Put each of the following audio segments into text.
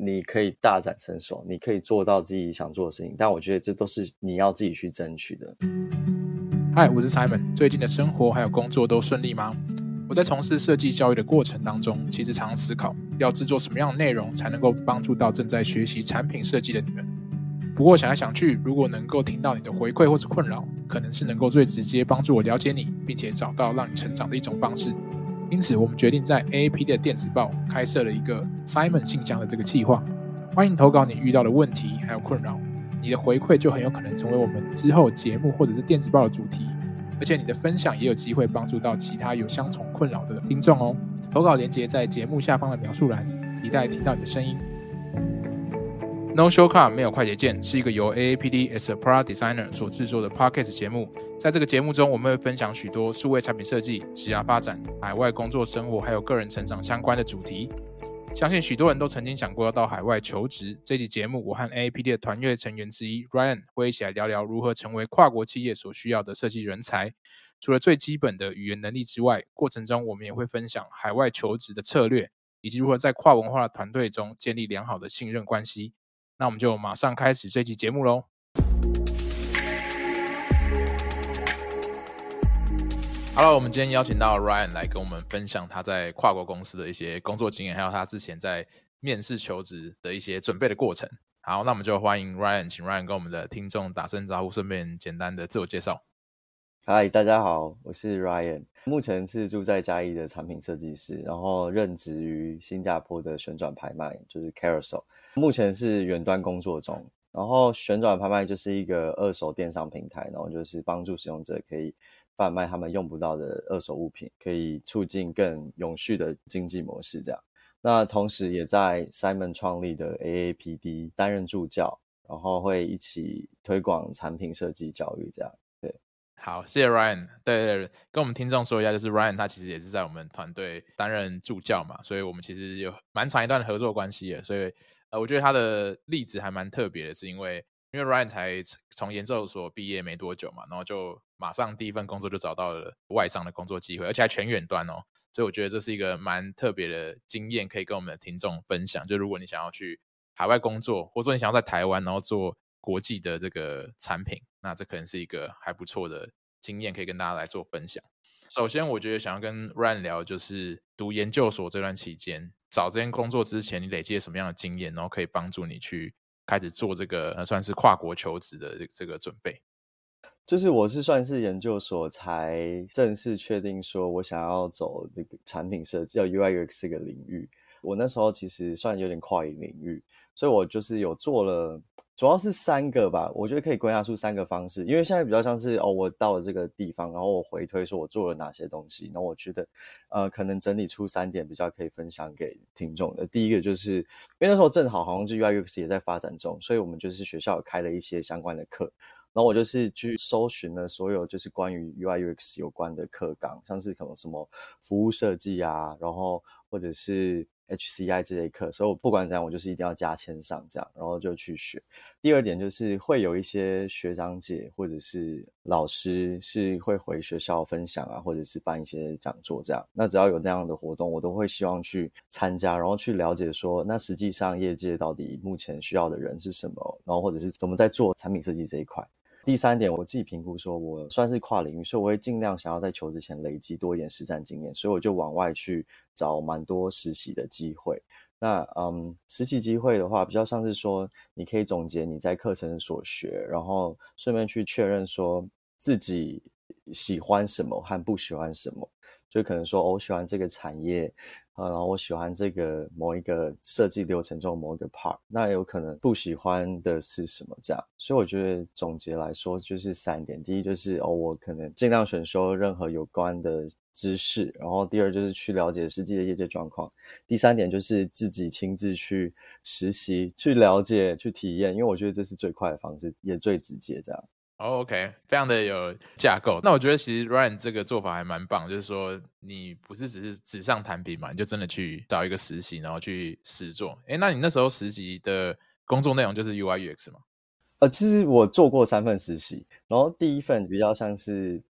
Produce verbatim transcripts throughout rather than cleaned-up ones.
你可以大展身手，你可以做到自己想做的事情，但我觉得这都是你要自己去争取的。 嗨，我是 Simon， 最近的生活还有工作都顺利吗？我在从事设计教育的过程当中，其实常常思考要制作什么样的内容才能够帮助到正在学习产品设计的你们。不过想来想去，如果能够听到你的回馈或是困扰，可能是能够最直接帮助我了解你，并且找到让你成长的一种方式。因此我们决定在 A A P D 的电子报开设了一个 Simon 信箱的这个企划，欢迎投稿你遇到的问题还有困扰，你的回馈就很有可能成为我们之后节目或者是电子报的主题，而且你的分享也有机会帮助到其他有相同困扰的听众哦。投稿连结在节目下方的描述栏，期待听到你的声音。No Shortcut 没有快捷键是一个由 A A P D as a Product Designer 所制作的 Podcast 节目。在这个节目中，我们会分享许多数位产品设计、职涯发展、海外工作生活还有个人成长相关的主题。相信许多人都曾经想过要到海外求职。这期节目，我和 A A P D 的团队成员之一 Ryan 会一起来聊聊如何成为跨国企业所需要的设计人才。除了最基本的语言能力之外，过程中我们也会分享海外求职的策略，以及如何在跨文化的团队中建立良好的信任关系。那我们就马上开始这期节目咯。Hello， 我们今天邀请到 Ryan 来跟我们分享他在跨国公司的一些工作经验，还有他之前在面试求职的一些准备的过程。好，那我们就欢迎 Ryan， 请 Ryan 跟我们的听众打声招呼，顺便简单的自我介绍。 嗨，大家好，我是 Ryan， 目前是住在嘉义的产品设计师，然后任职于新加坡的旋转拍卖，就是 Carousel， 目前是远端工作中。然后旋转拍卖就是一个二手电商平台，然后就是帮助使用者可以贩卖他们用不到的二手物品，可以促进更永续的经济模式这样。那同时也在 Simon 创立的 A A P D 担任助教，然后会一起推广产品设计教育这样。对， 好，谢谢 Ryan。 对对对，跟我们听众说一下，就是 Ryan 他其实也是在我们团队担任助教嘛，所以我们其实有蛮长一段的合作关系的。所以呃，我觉得他的例子还蛮特别的，是因为因为 Ryan 才从研究所毕业没多久嘛，然后就马上第一份工作就找到了外商的工作机会，而且还全远端哦。所以我觉得这是一个蛮特别的经验，可以跟我们的听众分享。就如果你想要去海外工作，或者说你想要在台湾然后做国际的这个产品，那这可能是一个还不错的经验，可以跟大家来做分享。首先我觉得想要跟 Ryan 聊，就是读研究所这段期间，找这件工作之前你累积了什么样的经验，然后可以帮助你去开始做这个、呃、算是跨国求职的这个准备。 就是我是算是研究所才正式确定说我想要走这个产品设计，叫 U I U X 这个领域。我那时候其实算有点跨领域，所以我就是有做了主要是三个吧，我觉得可以归纳出三个方式。因为现在比较像是哦，我到了这个地方，然后我回推说我做了哪些东西，然后我觉得呃可能整理出三点比较可以分享给听众的。第一个就是因为那时候正好好像就 U I U X 也在发展中，所以我们就是学校有开了一些相关的课，然后我就是去搜寻了所有就是关于 U I U X 有关的课纲，像是可能什么服务设计啊，然后或者是 H C I 这类课，所以我不管怎样我就是一定要加签上这样，然后就去学。第二点就是会有一些学长姐或者是老师是会回学校分享啊，或者是办一些讲座这样，那只要有那样的活动我都会希望去参加，然后去了解说那实际上业界到底目前需要的人是什么，然后或者是怎么在做产品设计这一块。第三点，我自己评估说我算是跨领域，所以我会尽量想要在求职前累积多一点实战经验，所以我就往外去找蛮多实习的机会。那嗯，实习机会的话比较像是说你可以总结你在课程所学，然后顺便去确认说自己喜欢什么和不喜欢什么，就可能说、哦、我喜欢这个产业、呃、然后我喜欢这个某一个设计流程中某一个 part， 那有可能不喜欢的是什么这样。所以我觉得总结来说就是三点，第一就是哦，我可能尽量选修任何有关的知识，然后第二就是去了解实际的业界状况，第三点就是自己亲自去实习，去了解，去体验，因为我觉得这是最快的方式，也最直接这样。 Oh, OK， 非常的有架构。那我觉得其实 Ryan 这个做法还蛮棒，就是说你不是只是纸上谈兵嘛，你就真的去找一个实习，然后去实做。诶，那你那时候实习的工作内容就是 U I U X 吗？ 呃，其实我做过三份实习，然后第一份比较像是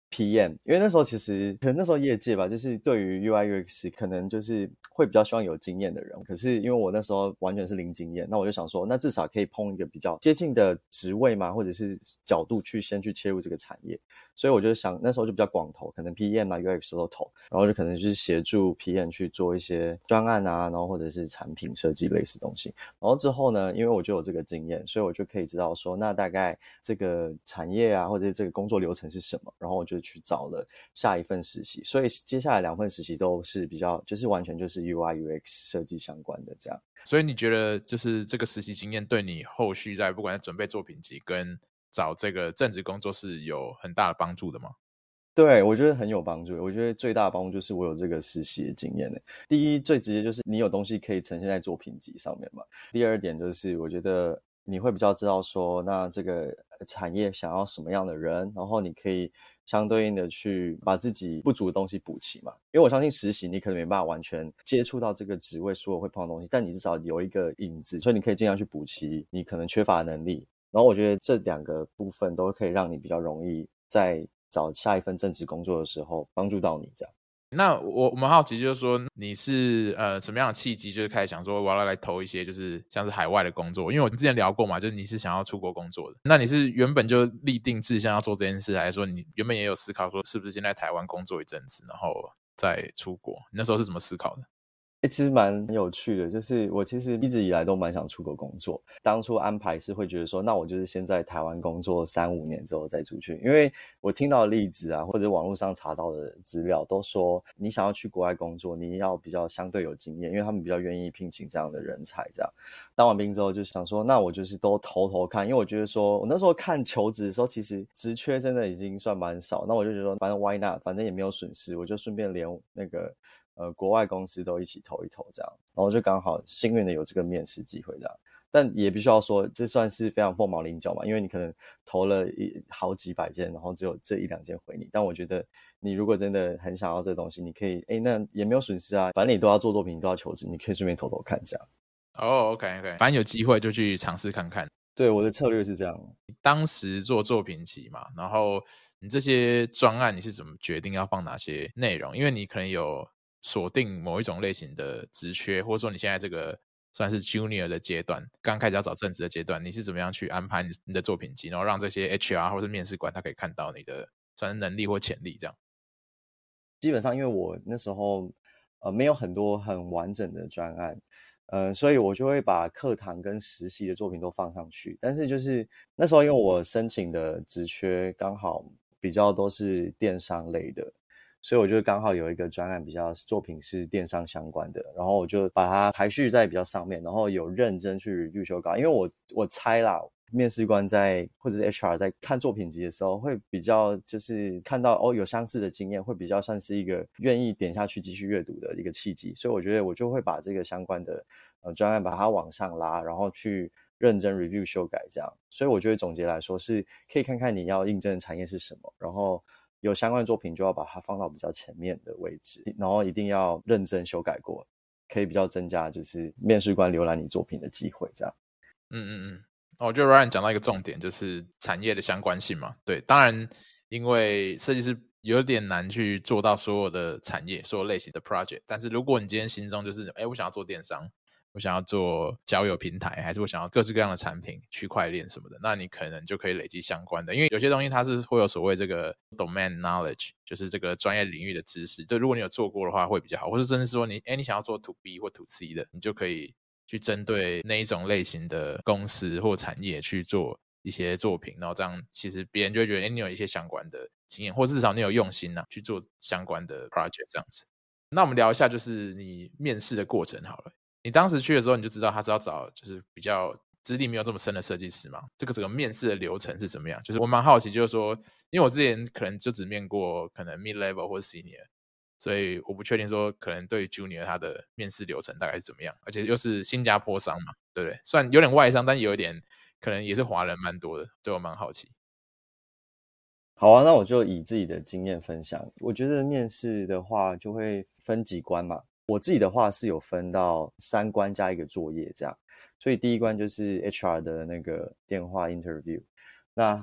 P M， 因为那时候其实可能那时候业界吧，就是对于 U I U X 可能就是会比较希望有经验的人，可是因为我那时候完全是零经验，那我就想说，那至少可以碰一个比较接近的职位嘛，或者是角度去先去切入这个产业，所以我就想那时候就比较广投，可能 P M 啊 U X 都投，然后就可能就是协助 P M 去做一些专案啊，然后或者是产品设计类似东西，然后之后呢，因为我就有这个经验，所以我就可以知道说，那大概这个产业啊，或者是这个工作流程是什么，然后我就去找了下一份实习，所以接下来两份实习都是比较就是完全就是 U I U X 设计相关的这样。 所以你觉得就是这个实习经验对你后续在不管在准备作品集跟找这个正职工作是有很大的帮助的吗？ 对，我觉得很有帮助。我觉得最大的帮助就是我有这个实习的经验。第一，最直接就是你有东西可以呈现在作品集上面嘛。第二点就是我觉得你会比较知道说，那这个产业想要什么样的人，然后你可以相对应的去把自己不足的东西补齐嘛。因为我相信实习你可能没办法完全接触到这个职位所有会碰的东西，但你至少有一个影子，所以你可以尽量去补齐你可能缺乏的能力。然后我觉得这两个部分都可以让你比较容易在找下一份正职工作的时候帮助到你这样。 那我我们好奇就是说你是呃什么样的契机就是开始想说我要来投一些就是像是海外的工作，因为我们之前聊过嘛，就是你是想要出国工作的，那你是原本就立定志向要做这件事，还是说你原本也有思考说是不是先在台湾工作一阵子然后再出国，你那时候是怎么思考的？ 欸，其实蛮有趣的，就是我其实一直以来都蛮想出国工作。当初安排是会觉得说，那我就是先在台湾工作三五年之后再出去。因为我听到的例子啊，或者网络上查到的资料都说，你想要去国外工作，你要比较相对有经验，因为他们比较愿意聘请这样的人才。这样当完兵之后就想说，那我就是都投投看，因为我觉得说我那时候看求职的时候，其实职缺真的已经算蛮少。那我就觉得说，反正 why not， 反正也没有损失，我就顺便连那个。呃，国外公司都一起投一投这样，然后就刚好幸运的有这个面试机会这样，但也必须要说，这算是非常凤毛麟角嘛，因为你可能投了一好几百件，然后只有这一两件回你。但我觉得你如果真的很想要这东西，你可以，哎，那也没有损失啊，反正你都要做作品，你都要求职，你可以顺便投投看这样。 哦 ，OK OK， 反正有机会就去尝试看看。 对，我的策略是这样。 你当时做作品集嘛，然后你这些专案你是怎么决定要放哪些内容？因为你可能有锁定某一种类型的职缺，或者说你现在这个算是 junior 的阶段，刚开始要找正职的阶段，你是怎么样去安排你的作品集，然后让这些 H R 或是面试官他可以看到你的算是能力或潜力这样？ 基本上因为我那时候呃没有很多很完整的专案，呃，所以我就会把课堂跟实习的作品都放上去。但是就是那时候因为我申请的职缺刚好比较都是电商类的，所以我就刚好有一个专案比较作品是电商相关的，然后我就把它排序在比较上面，然后有认真去 review 修改。因为我我猜啦，面试官在或者是 H R 在看作品集的时候会比较就是看到哦有相似的经验，会比较算是一个愿意点下去继续阅读的一个契机。所以我觉得我就会把这个相关的呃专案把它往上拉，然后去认真 review 修改这样。所以我觉得总结来说是可以看看你要应征的产业是什么，然后有相关的作品就要把它放到比较前面的位置，然后一定要认真修改过，可以比较增加就是面试官浏览你作品的机会这样。 嗯嗯嗯，我觉得 Ryan 讲到一个重点，就是产业的相关性嘛。对，当然因为设计师有点难去做到所有的产业、所有类型的 project， 但是如果你今天心中就是，哎，我想要做电商，我想要做交友平台，还是我想要各式各样的产品、区块链什么的，那你可能就可以累积相关的，因为有些东西它是会有所谓这个 domain knowledge， 就是这个专业领域的知识。对，如果你有做过的话会比较好，或是甚至说你，哎，你想要做 to B 或 to C 的，你就可以去针对那一种类型的公司或产业去做一些作品，然后这样其实别人就会觉得，哎，你有一些相关的经验，或至少你有用心啊去做相关的 project 这样子。那我们聊一下就是你面试的过程好了。你当时去的时候你就知道他是要找就是比较资历没有这么深的设计师嘛？这个整个面试的流程是怎么样？就是我蛮好奇，就是说，因为我之前可能就只面过可能 mid level 或 senior， 所以我不确定说可能对于 junior 他的面试流程大概是怎么样，而且又是新加坡商嘛，对不对？虽然有点外商，但有一点可能也是华人蛮多的，所以我蛮好奇。 好啊，那我就以自己的经验分享。我觉得面试的话就会分几关嘛，我自己的话是有分到三关加一个作业这样。所以第一关就是 H R 的那个电话 interview。那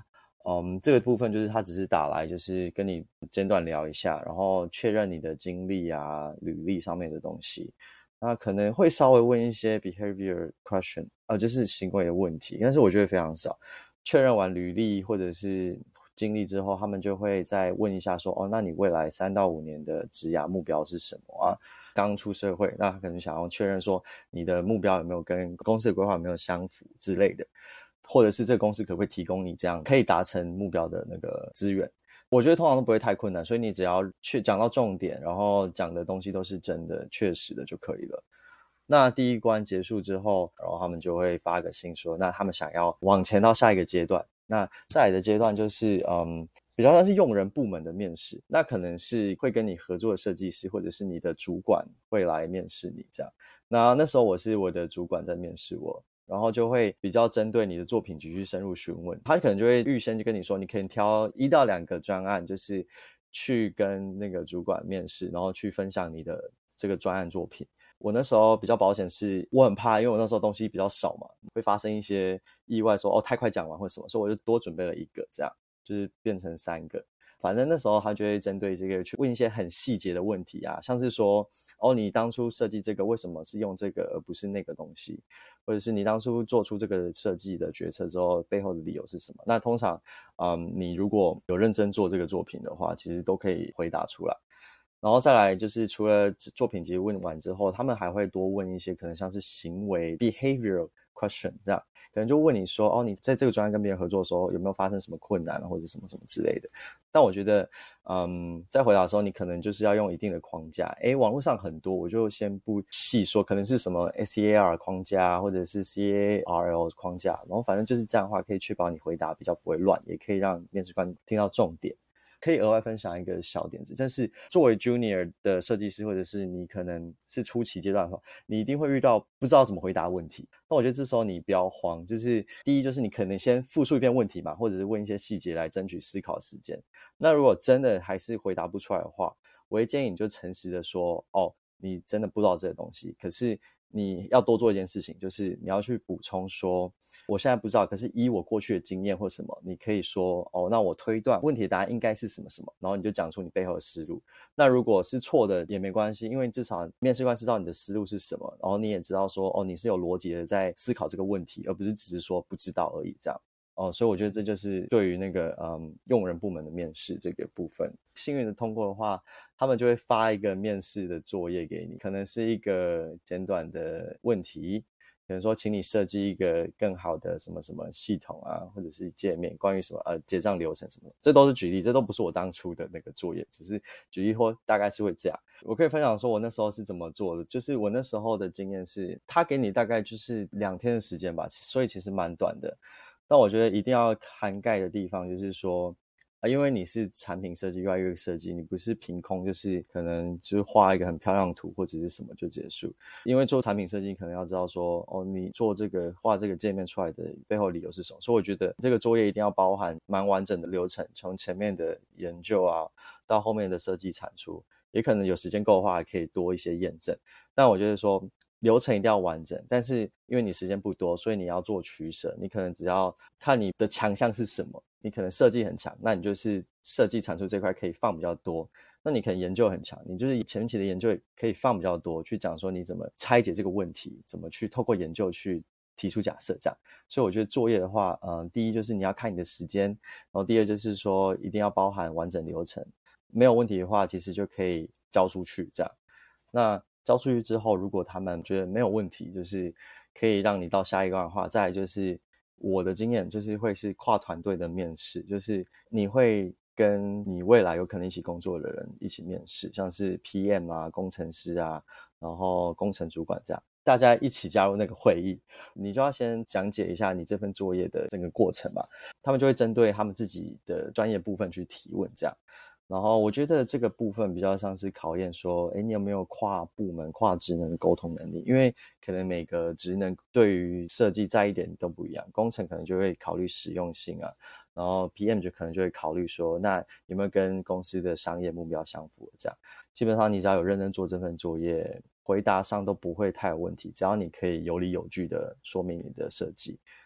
嗯，这个部分就是他只是打来就是跟你简短聊一下，然后确认你的经历啊履历上面的东西，那可能会稍微问一些 behavior question 呃，就是行为的问题，但是我觉得非常少。确认完履历或者是经历之后，他们就会再问一下说，哦，那你未来三到五年的职涯目标是什么啊？刚出社会，那他可能想要确认说你的目标有没有跟公司的规划有没有相符之类的，或者是这个公司可不可以提供你这样可以达成目标的那个资源。我觉得通常都不会太困难，所以你只要去讲到重点，然后讲的东西都是真的确实的就可以了。那第一关结束之后，然后他们就会发个信说，那他们想要往前到下一个阶段。那再来的阶段就是嗯，比较像是用人部门的面试，那可能是会跟你合作的设计师或者是你的主管会来面试你这样。那那时候我是我的主管在面试我，然后就会比较针对你的作品集去深入询问，他可能就会预先就跟你说，你可以挑一到两个专案，就是去跟那个主管面试，然后去分享你的这个专案作品。我那时候比较保险是我很怕，因为我那时候东西比较少嘛，会发生一些意外说哦太快讲完或什么，所以我就多准备了一个，这样就是变成三个。反正那时候他就会针对这个去问一些很细节的问题啊，像是说哦你当初设计这个为什么是用这个而不是那个东西，或者是你当初做出这个设计的决策之后背后的理由是什么。那通常嗯，你如果有认真做这个作品的话，其实都可以回答出来。然后再来就是除了作品集问完之后，他们还会多问一些可能像是行为 behavioral question 这样，可能就问你说哦你在这个专案跟别人合作的时候有没有发生什么困难或者什么什么之类的。但我觉得嗯，在回答的时候你可能就是要用一定的框架，诶网络上很多我就先不细说，可能是什么 S E A R 框架或者是 C A R L 框架，然后反正就是这样的话可以确保你回答比较不会乱，也可以让面试官听到重点。可以额外分享一个小点子，但是作为 junior 的设计师，或者是你可能是初期阶段的时候，你一定会遇到不知道怎么回答问题。那我觉得这时候你不要慌，就是第一就是你可能先复述一遍问题嘛，或者是问一些细节来争取思考时间。那如果真的还是回答不出来的话，我会建议你就诚实的说，哦，你真的不知道这个东西，可是你要多做一件事情，就是你要去补充说我现在不知道，可是依我过去的经验或什么，你可以说哦，那我推断问题的答案应该是什么什么，然后你就讲出你背后的思路。那如果是错的也没关系，因为至少面试官知道你的思路是什么，然后你也知道说哦，你是有逻辑的在思考这个问题，而不是只是说不知道而已这样。哦，所以我觉得这就是对于那个嗯用人部门的面试这个部分，幸运的通过的话，他们就会发一个面试的作业给你，可能是一个简短的问题，可能说请你设计一个更好的什么什么系统啊，或者是界面，关于什么呃结账流程什么，这都是举例，这都不是我当初的那个作业，只是举例或大概是会这样。我可以分享说我那时候是怎么做的，就是我那时候的经验是，他给你大概就是两天的时间吧，所以其实蛮短的。但我觉得一定要涵盖的地方就是说啊，因为你是产品设计 U I U X 设计，你不是凭空就是可能就是画一个很漂亮的图或者是什么就结束。因为做产品设计可能要知道说哦，你做这个画这个界面出来的背后理由是什么，所以我觉得这个作业一定要包含蛮完整的流程，从前面的研究啊到后面的设计产出，也可能有时间够的话还可以多一些验证。但我觉得说流程一定要完整，但是因为你时间不多，所以你要做取舍，你可能只要看你的强项是什么，你可能设计很强，那你就是设计产出这块可以放比较多，那你可能研究很强，你就是前期的研究也可以放比较多，去讲说你怎么拆解这个问题，怎么去透过研究去提出假设这样。所以我觉得作业的话嗯，第一就是你要看你的时间，然后第二就是说一定要包含完整流程，没有问题的话其实就可以交出去这样。那交出去之后，如果他们觉得没有问题，就是可以让你到下一关的话，再来就是我的经验就是会是跨团队的面试，就是你会跟你未来有可能一起工作的人一起面试，像是 P M 啊、工程师啊，然后工程主管这样，大家一起加入那个会议，你就要先讲解一下你这份作业的整个过程嘛，他们就会针对他们自己的专业部分去提问这样。然后我觉得这个部分比较像是考验说，诶，你有没有跨部门、跨职能的沟通能力？因为可能每个职能对于设计在意点都不一样，工程可能就会考虑实用性啊，然后 P M 就可能就会考虑说，那有没有跟公司的商业目标相符这样。基本上你只要有认真做这份作业，回答上都不会太有问题，只要你可以有理有据的说明你的设计。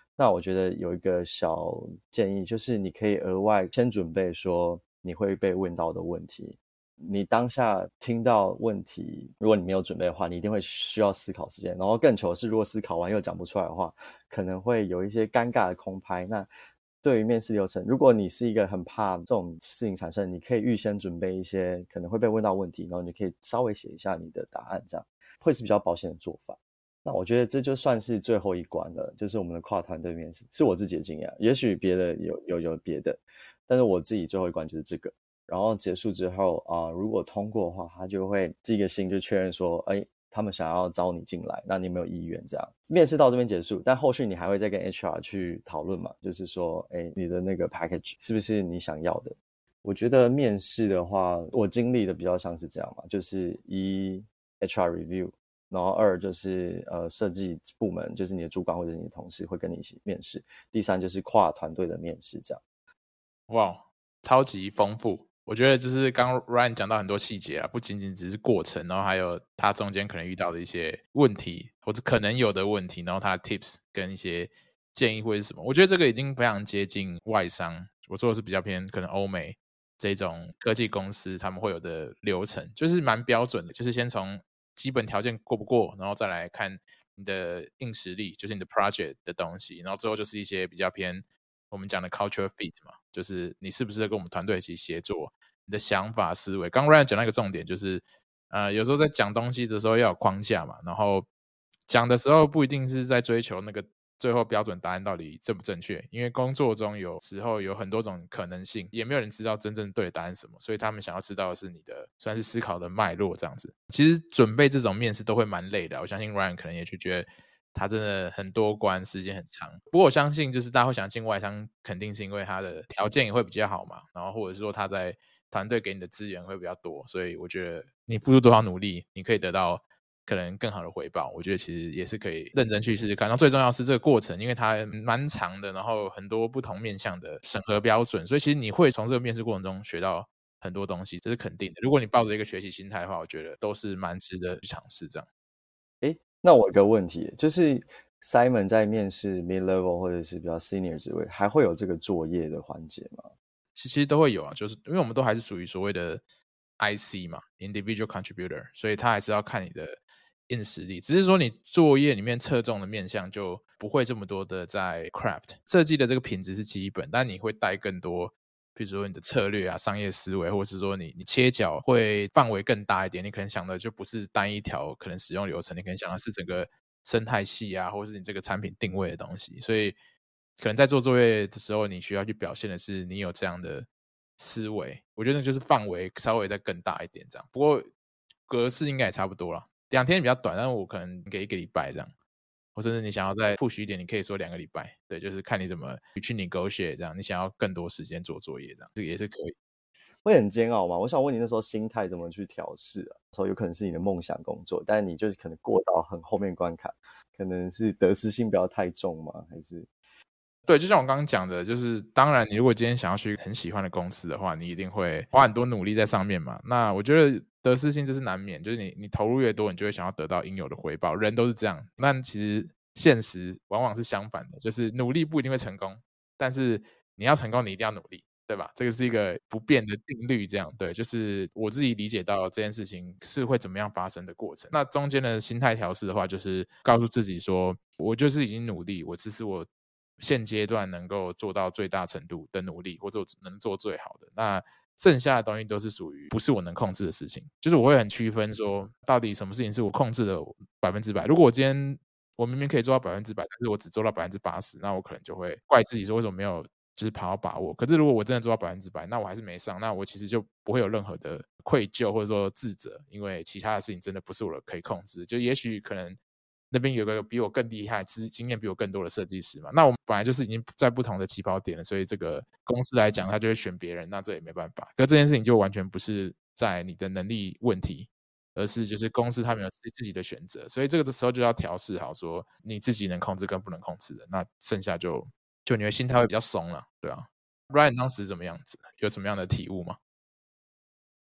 那我觉得有一个小建议，就是你可以额外先准备说你会被问到的问题。你当下听到问题，如果你没有准备的话，你一定会需要思考时间，然后更糗的是如果思考完又讲不出来的话，可能会有一些尴尬的空拍。那对于面试流程，如果你是一个很怕这种事情产生，你可以预先准备一些可能会被问到问题，然后你可以稍微写一下你的答案，这样会是比较保险的做法。那我觉得这就算是最后一关了，就是我们的跨团队面试，是我自己的经验，也许别的有有有别的，但是我自己最后一关就是这个。然后结束之后啊、呃，如果通过的话，他就会寄一个信就确认说，哎，他们想要招你进来，那你有没有意愿？这样面试到这边结束，但后续你还会再跟 H R 去讨论嘛，就是说，哎，你的那个 package 是不是你想要的？我觉得面试的话，我经历的比较像是这样嘛，就是一 H R review。然后二就是呃设计部门，就是你的主管或者是你的同事会跟你一起面试。第三就是跨团队的面试，这样。 哇，超级丰富！我觉得就是刚 Ryan 讲到很多细节啊，不仅仅只是过程，然后还有他中间可能遇到的一些问题，或者可能有的问题，然后他的 tips 跟一些建议会是什么？我觉得这个已经非常接近外商，我说的是比较偏可能欧美这种科技公司他们会有的流程，就是蛮标准的，就是先从基本条件过不过，然后再来看你的硬实力，就是你的 project 的东西，然后最后就是一些比较偏我们讲的 culture fit 嘛，就是你是不是跟我们团队一起协作，你的想法思维。刚刚 Ryan 讲那个重点就是，呃，有时候在讲东西的时候要有框架嘛，然后讲的时候不一定是在追求那个最后标准答案到底正不正确，因为工作中有时候有很多种可能性，也没有人知道真正对的答案是什么，所以他们想要知道的是你的算是思考的脉络这样子。其实准备这种面试都会蛮累的，我相信 Ryan 可能也去觉得他真的很多关，时间很长。不过我相信就是大家会想进外商，肯定是因为他的条件也会比较好嘛，然后或者是说他在团队给你的资源会比较多，所以我觉得你付出多少努力，你可以得到可能更好的回报，我觉得其实也是可以认真去试试看。然后最重要是这个过程，因为它蛮长的，然后很多不同面向的审核标准，所以其实你会从这个面试过程中学到很多东西，这是肯定的。如果你抱着一个学习心态的话，我觉得都是蛮值得去尝试这样。 诶，那我有个问题，就是 Simon 在面试 mid level 或者是比较 senior 职位，还会有这个作业的环节吗？ 其实都会有啊，就是因为我们都还是属于所谓的 I C 嘛 ，individual contributor， 所以他还是要看你的硬实力。只是说你作业里面侧重的面向就不会这么多的在 craft 设计的这个品质是基本，但你会带更多，比如说你的策略啊、商业思维，或者是说你你切角会范围更大一点。你可能想的就不是单一条可能使用流程，你可能想的是整个生态系啊，或是你这个产品定位的东西，所以。可能在做作业的时候，你需要去表现的是你有这样的思维，我觉得就是范围稍微再更大一点这样。不过格式应该也差不多啦，两天比较短，但是我可能给一个礼拜这样，或甚至你想要再 push 一点，你可以说两个礼拜，对，就是看你怎么去 negotiate 这样，你想要更多时间做作业这样，这个也是可以。 会很煎熬吗？我想问你那时候心态怎么去调试啊？说有可能是你的梦想工作，但是你就是可能过到很后面关卡，可能是得失心不要太重吗？还是？ 对，就像我刚刚讲的，就是当然，你如果今天想要去很喜欢的公司的话，你一定会花很多努力在上面嘛。那我觉得得失心这是难免，就是你你投入越多，你就会想要得到应有的回报，人都是这样。但其实现实往往是相反的，就是努力不一定会成功，但是你要成功，你一定要努力，对吧？这个是一个不变的定律，这样对，就是我自己理解到这件事情是会怎么样发生的过程。那中间的心态调试的话，就是告诉自己说，我就是已经努力，我只是我。现阶段能够做到最大程度的努力，或者能做最好的，那剩下的东西都是属于不是我能控制的事情。就是我会很区分说，到底什么事情是我控制的百分之百。如果我今天我明明可以做到百分之百，但是我只做到百分之八十，那我可能就会怪自己说为什么没有就是好好把握。可是如果我真的做到百分之百，那我还是没上，那我其实就不会有任何的愧疚或者说自责，因为其他的事情真的不是我的可以控制。就也许可能。那边有个比我更厉害、经验比我更多的设计师嘛，那我们本来就是已经在不同的起跑点了，所以这个公司来讲，他就会选别人，那这也没办法。可这件事情就完全不是在你的能力问题，而是就是公司他们有自己的选择，所以这个时候就要调试好，说你自己能控制跟不能控制的，那剩下就就你的心态会比较松了，对啊。Ryan 当时怎么样子？有什么样的体悟吗？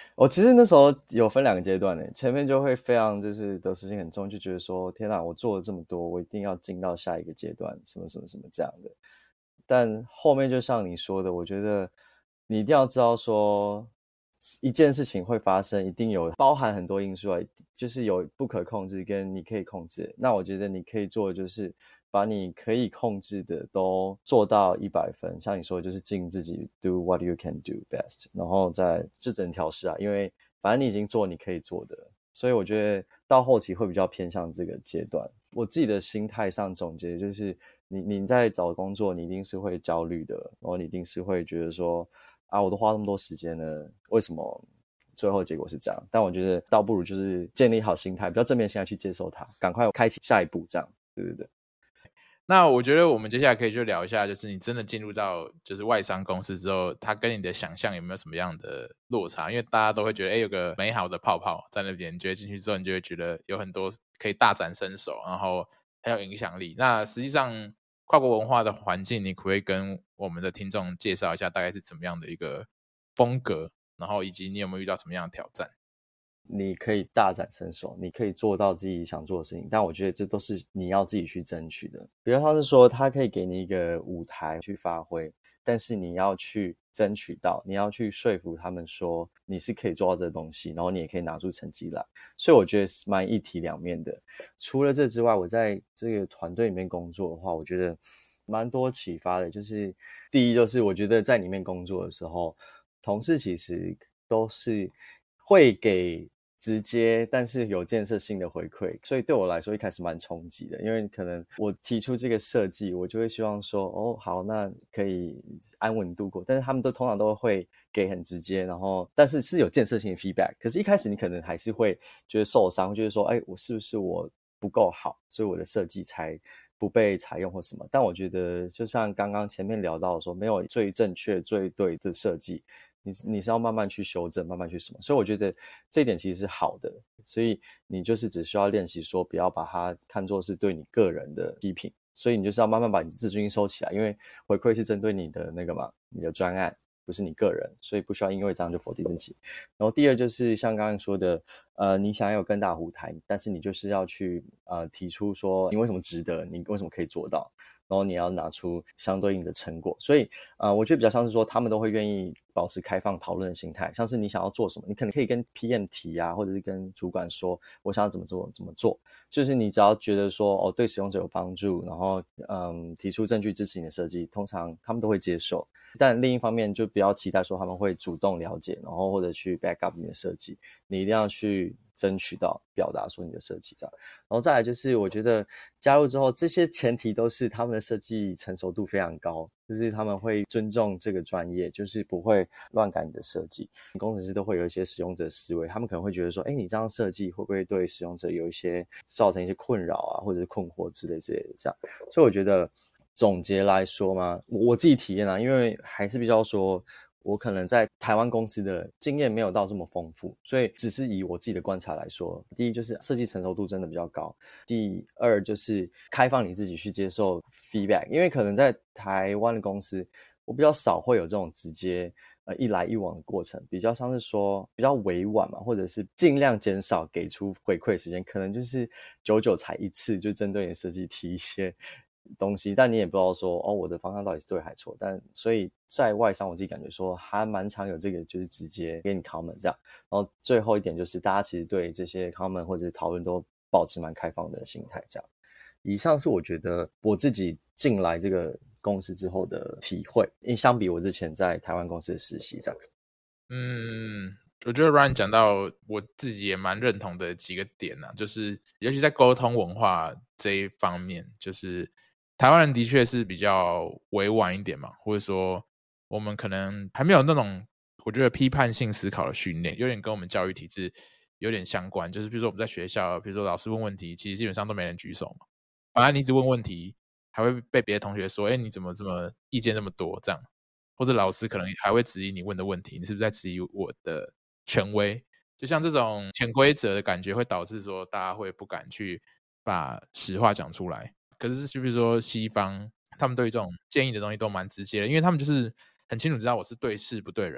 我其实那时候有分两个阶段呢，前面就会非常就是得失心很重，就觉得说天哪，我做了这么多，我一定要进到下一个阶段，什么什么什么这样的。但后面就像你说的，我觉得你一定要知道说，一件事情会发生，一定有包含很多因素啊，就是有不可控制跟你可以控制。那我觉得你可以做的就是把你可以控制的都做到一百分，像你说的就是尽自己 do what you can do best， 然后再就只能调试啊，因为反正你已经做你可以做的，所以我觉得到后期会比较偏向这个阶段。我自己的心态上总结就是你你在找工作，你一定是会焦虑的，然后你一定是会觉得说啊，我都花那么多时间了，为什么最后结果是这样？但我觉得倒不如就是建立好心态，比较正面心态去接受它，赶快开启下一步，这样，对对对。 那我觉得我们接下来可以就聊一下，就是你真的进入到就是外商公司之后，它跟你的想象有没有什么样的落差？因为大家都会觉得，哎，有个美好的泡泡在那边，你觉得进去之后，你就会觉得有很多可以大展身手，然后很有影响力。那实际上跨国文化的环境，你可不可以跟我们的听众介绍一下，大概是怎么样的一个风格，然后以及你有没有遇到什么样的挑战？ 你可以大展身手，你可以做到自己想做的事情，但我觉得这都是你要自己去争取的。比如他是说，他可以给你一个舞台去发挥，但是你要去争取到，你要去说服他们说你是可以做到这个东西，然后你也可以拿出成绩来。所以我觉得是蛮一体两面的。除了这之外，我在这个团队里面工作的话，我觉得蛮多启发的。就是第一，就是我觉得在里面工作的时候，同事其实都是会给直接但是有建设性的回馈，所以对我来说一开始蛮冲击的，因为可能我提出这个设计，我就会希望说哦好，那可以安稳度过，但是他们都通常都会给很直接，然后但是是有建设性的 feedback， 可是一开始你可能还是会觉得受伤，就是说哎，我是不是我不够好，所以我的设计才不被采用或什么。但我觉得就像刚刚前面聊到的说，没有最正确最对的设计，你你是要慢慢去修正，慢慢去什么，所以我觉得这一点其实是好的，所以你就是只需要练习说不要把它看作是对你个人的批评，所以你就是要慢慢把你自尊心收起来，因为回馈是针对你的那个嘛，你的专案不是你个人，所以不需要因为这样就否定自己。然后第二就是像刚刚说的，呃，你想要有更大舞台，但是你就是要去呃提出说你为什么值得，你为什么可以做到，然后你要拿出相对应的成果。所以呃，我觉得比较像是说他们都会愿意保持开放讨论的心态，像是你想要做什么，你可能可以跟 P M 提啊，或者是跟主管说我想要怎么做怎么做，就是你只要觉得说哦对使用者有帮助，然后嗯提出证据支持你的设计，通常他们都会接受。但另一方面就不要期待说他们会主动了解，然后或者去 back up 你的设计，你一定要去争取到表达说你的设计这样。然后再来就是我觉得加入之后，这些前提都是他们的设计成熟度非常高，就是他们会尊重这个专业，就是不会乱改你的设计。工程师都会有一些使用者思维，他们可能会觉得说，哎，你这样设计会不会对使用者有一些造成一些困扰啊，或者是困惑之类之类的这样。所以我觉得总结来说嘛，我自己体验啊，因为还是比较说我可能在台湾公司的经验没有到这么丰富，所以只是以我自己的观察来说，第一就是设计成熟度真的比较高，第二就是开放你自己去接受 feedback， 因为可能在台湾的公司我比较少会有这种直接呃一来一往的过程，比较像是说比较委婉嘛，或者是尽量减少给出回馈时间，可能就是久久才一次就针对你的设计提一些东西，但你也不知道说哦我的方向到底是对还是错，但所以在外商我自己感觉说还蛮常有这个就是直接给你 comment 这样。然后最后一点就是大家其实对这些 comment 或者是讨论都保持蛮开放的心态这样。以上是我觉得我自己进来这个公司之后的体会，因为相比我之前在台湾公司的实习这样。 嗯，我觉得 Ryan 讲到我自己也蛮认同的几个点啊，就是尤其在沟通文化这一方面，就是台湾人的确是比较委婉一点嘛，或者说我们可能还没有那种我觉得批判性思考的训练，有点跟我们教育体制有点相关。就是比如说我们在学校，比如说老师问问题，其实基本上都没人举手嘛，反正你一直问问题，还会被别的同学说，哎，你怎么这么意见这么多这样。或者老师可能还会质疑你问的问题，你是不是在质疑我的权威？就像这种潜规则的感觉，会导致说大家会不敢去把实话讲出来。可是就比如说西方，他们对于这种建议的东西都蛮直接的，因为他们就是很清楚知道我是对事不对人嘛，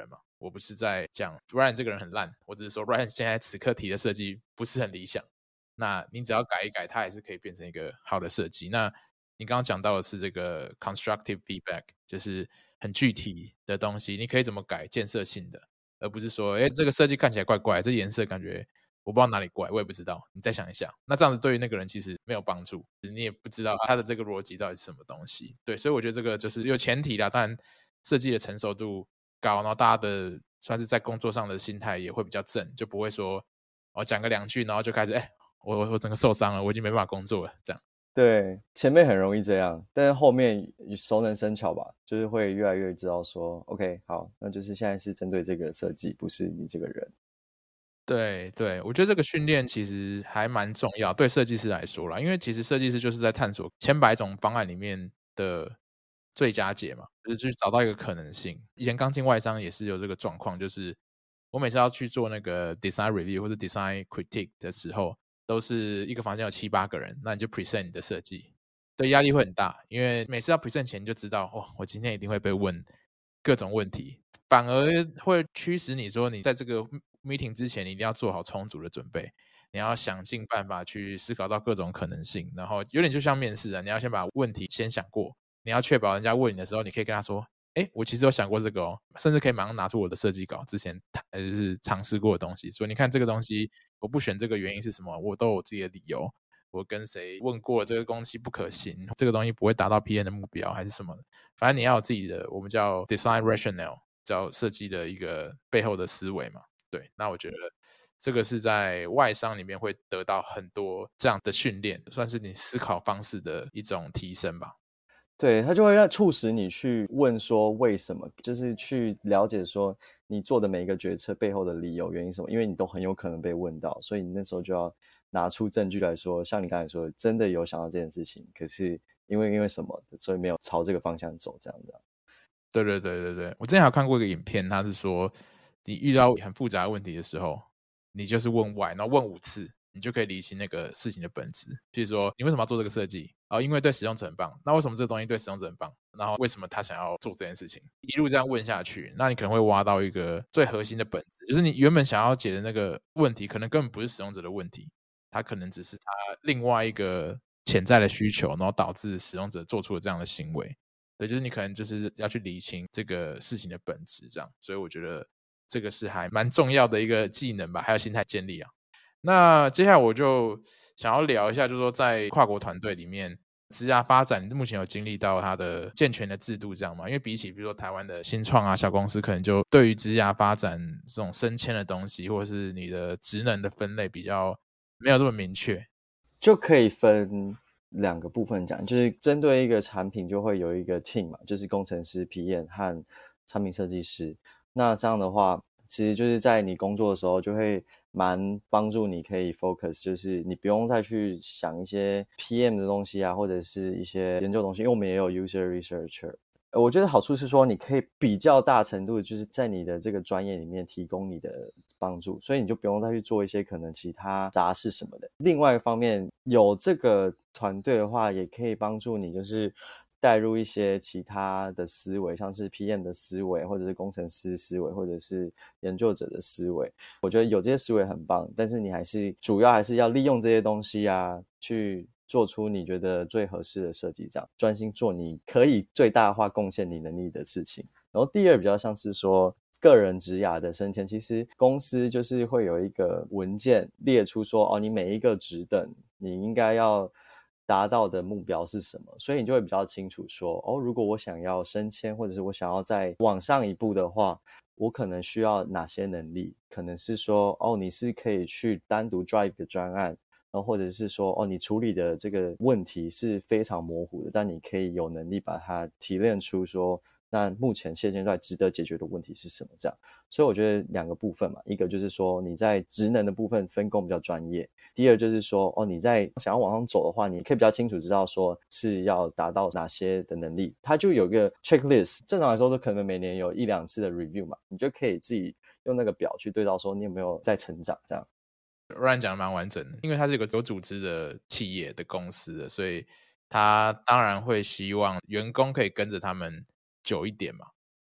我不是在讲 Ryan 这个人很烂，我只是说 Ryan 现在此刻题的设计不是很理想，那你只要改一改，它还是可以变成一个好的设计。那你刚刚讲到的是这个 constructive feedback， 就是很具体的东西，你可以怎么改，建设性的，而不是说，哎，这个设计看起来怪怪，这颜色感觉我不知道哪里怪，我也不知道，你再想一想。那这样子对于那个人其实没有帮助，你也不知道他的这个逻辑到底是什么东西。对，所以我觉得这个就是有前提啦，当然设计的成熟度高，然后大家的算是在工作上的心态也会比较正，就不会说我讲个两句，然后就开始，哎，我我整个受伤了，我已经没办法工作了，这样。 对，前面很容易这样，但是后面熟能生巧吧，就是会越来越知道说 OK 好，那就是现在是针对这个设计，不是你这个人。 对对，我觉得这个训练其实还蛮重要，对设计师来说啦，因为其实设计师就是在探索千百种方案里面的最佳解嘛，就是去找到一个可能性。以前刚进外商也是有这个状况，就是我每次要去做那个 design review 或者 design critique 的时候，都是一个房间有七八个人，那你就 present 你的设计，对，压力会很大，因为每次要 present 前你就知道，哦，我今天一定会被问各种问题，反而会驱使你说，你在这个 meeting 之前，你一定要做好充足的准备，你要想尽办法去思考到各种可能性，然后有点就像面试啊，你要先把问题先想过，你要确保人家问你的时候，你可以跟他说，哎，我其实有想过这个哦，甚至可以马上拿出我的设计稿，之前就是尝试过的东西，所以你看这个东西，我不选这个原因是什么，我都有自己的理由。我跟谁问过这个东西不可行，这个东西不会达到 P M 的目标还是什么的，反正你要有自己的我们叫 design rationale， 叫设计的一个背后的思维嘛。对，那我觉得这个是在外商里面会得到很多这样的训练，算是你思考方式的一种提升吧。 对，它就会让促使你去问说为什么，就是去了解说你做的每一个决策背后的理由原因是什么，因为你都很有可能被问到，所以你那时候就要拿出证据来说，像你刚才说的，真的有想到这件事情，可是因为因为什么，所以没有朝这个方向走，这样的。 对对对对对，我之前还有看过一个影片，他是说你遇到很复杂的问题的时候，你就是问 why， 然后问五次，你就可以理清那个事情的本质。譬如说，你为什么要做这个设计？哦，因为对使用者很棒。那为什么这个东西对使用者很棒？然后为什么他想要做这件事情？一路这样问下去，那你可能会挖到一个最核心的本质，就是你原本想要解的那个问题，可能根本不是使用者的问题，它可能只是他另外一个潜在的需求，然后导致使用者做出了这样的行为。对，就是你可能就是要去理清这个事情的本质，这样，所以我觉得这个是还蛮重要的一个技能吧，还有心态建立啊。那接下来我就想要聊一下，就是说在跨国团队里面，职涯发展目前有经历到它的健全的制度这样吗？因为比起比如说台湾的新创啊小公司，可能就对于职涯发展这种升迁的东西，或者是你的职能的分类比较没有这么明确， 就可以分两个部分讲，就是针对一个产品就会有一个 team 嘛，就是工程师、P M 和产品设计师。那这样的话，其实就是在你工作的时候就会蛮帮助你可以 focus， 就是你不用再去想一些 P M 的东西啊，或者是一些研究东西，因为我们也有 user researcher。我觉得好处是说，你可以比较大程度就是在你的这个专业里面提供你的帮助，所以你就不用再去做一些可能其他杂事什么的。另外一方面，有这个团队的话，也可以帮助你就是带入一些其他的思维，像是 P M 的思维，或者是工程师思维，或者是研究者的思维。我觉得有这些思维很棒，但是你还是主要还是要利用这些东西啊，去做出你觉得最合适的设计，这样专心做你可以最大化贡献你能力的事情。然后第二比较像是说个人职涯的升迁，其实公司就是会有一个文件列出说，哦，你每一个职等你应该要达到的目标是什么，所以你就会比较清楚说，哦，如果我想要升迁，或者是我想要再往上一步的话，我可能需要哪些能力，可能是说，哦，你是可以去单独 drive 一个专案，然后或者是说，哦，你处理的这个问题是非常模糊的，但你可以有能力把它提炼出说，那目前现阶段值得解决的问题是什么，这样。所以我觉得两个部分嘛，一个就是说你在职能的部分分工比较专业，第二就是说，哦，你在想要往上走的话，你可以比较清楚知道说是要达到哪些的能力，它就有一个 checklist， 正常来说都可能每年有一两次的 review 嘛，你就可以自己用那个表去对照说你有没有在成长这样。 Ryan 讲的蛮完整的，因为它是一个有组织的企业的公司的，所以他当然会希望员工可以跟着他们久一点嘛。